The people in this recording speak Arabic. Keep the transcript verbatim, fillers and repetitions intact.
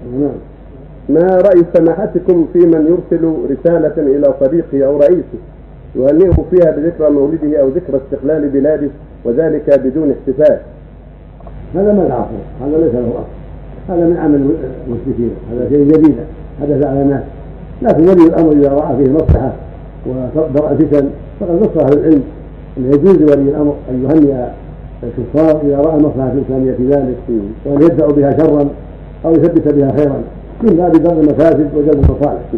ما رأي سماحتكم في من يرسل رسالة إلى صديقه أو رئيسه يهنئه فيها بذكرى مولده أو ذكرى استقلال بلاده وذلك بدون احتفال؟ هذا ما له أصل، هذا ليس له أصل، هذا من عمل المشركين، هذا شيء جديد حدث على الناس. لكن ولي الأمر إذا رأى فيه مصلحة ودرء الفتن فقد نص أهل العلم أن يجوز ولي الأمر أن يهنئ الكفار إذا رأى المصلحة الإنسانية في ذلك، وأن يدفع بها شرا أو يثبت بها خيرا من باب درء المفاسد وجلب المصالح.